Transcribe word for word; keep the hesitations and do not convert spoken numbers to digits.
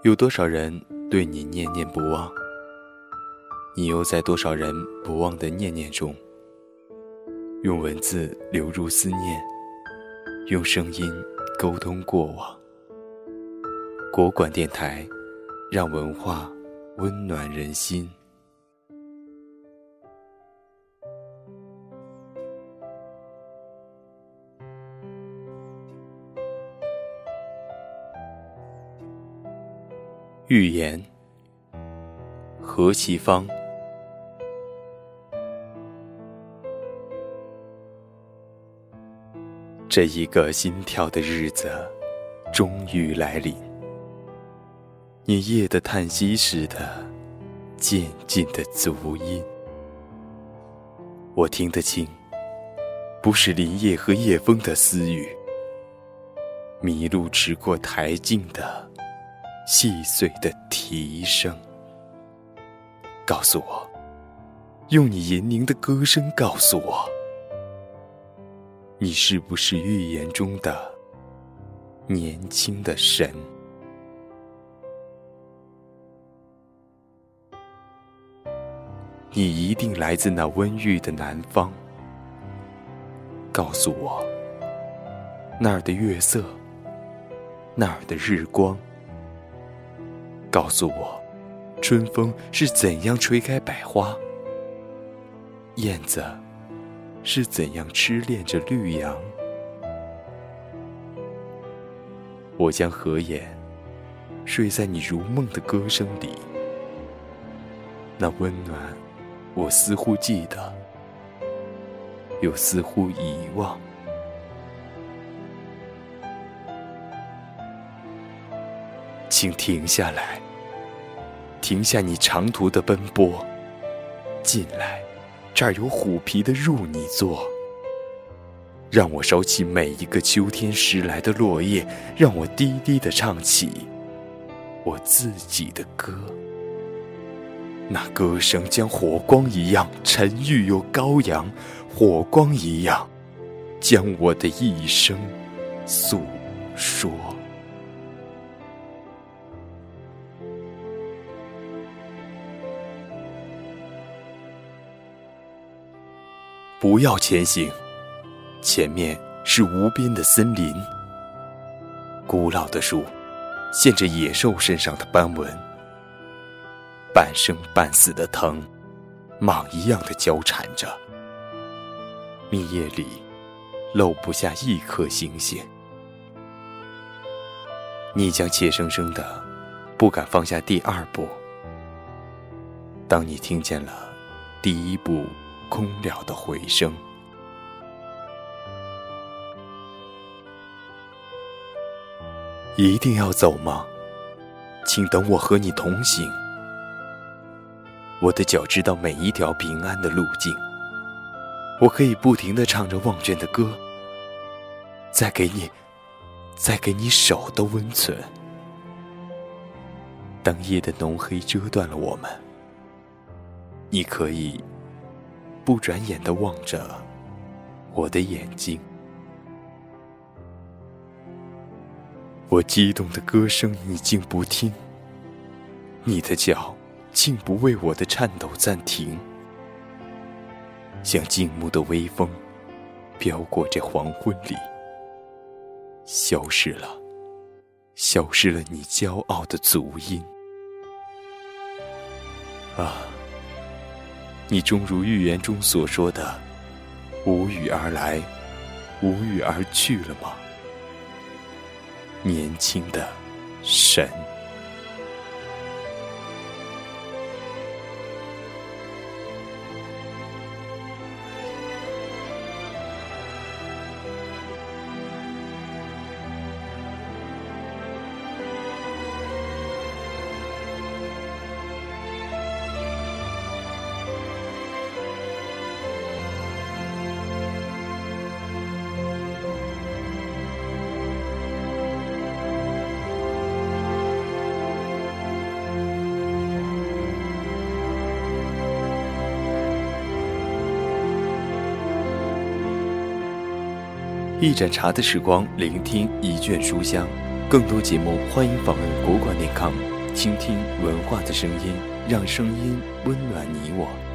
有多少人对你念念不忘？你又在多少人不忘的念念中，用文字流入思念，用声音沟通过往。国馆电台，让文化温暖人心。寓言，何其芳。这一个心跳的日子终于来临，你夜的叹息时的渐进的足音，我听得清，不是林叶和夜风的私语，麋鹿驰过台径的细碎的啼声。告诉我，用你银铃的歌声告诉我，你是不是寓言中的年轻的神？你一定来自那温郁的南方。告诉我，那儿的月色，那儿的日光。告诉我，春风是怎样吹开百花，燕子是怎样痴恋着绿杨。我将合眼睡在你如梦的歌声里，那温暖我似乎记得，又似乎遗忘。请停下来，停下你长途的奔波，进来，这儿有虎皮的褥你坐，让我烧起每一个秋天拾来的落叶，让我低低地唱起我自己的歌。那歌声将火光一样沉郁又高扬，火光一样将我的一生诉说。不要前行，前面是无边的森林，古老的树现着野兽身上的斑纹，半生半死的藤，蟒一样的交缠着，密叶里漏不下一颗星星。你将怯生生的不敢放下第二步，当你听见了第一步空了的回声。一定要走吗？请等我和你同行。我的脚知道每一条平安的路径，我可以不停地唱着忘倦的歌，再给你再给你手的温存。当夜的浓黑遮断了我们，你可以不转眼地望着我的眼睛。我激动的歌声你竟不听，你的脚竟不为我的颤抖暂停，像静穆的微风飘过这黄昏里，消失了，消失了你骄傲的足音。啊，你终如寓言中所说的无语而来，无语而去了吗？年轻的神。一盏茶的时光，聆听一卷书香。更多节目，欢迎访问国馆点 com。 倾听文化的声音，让声音温暖你我。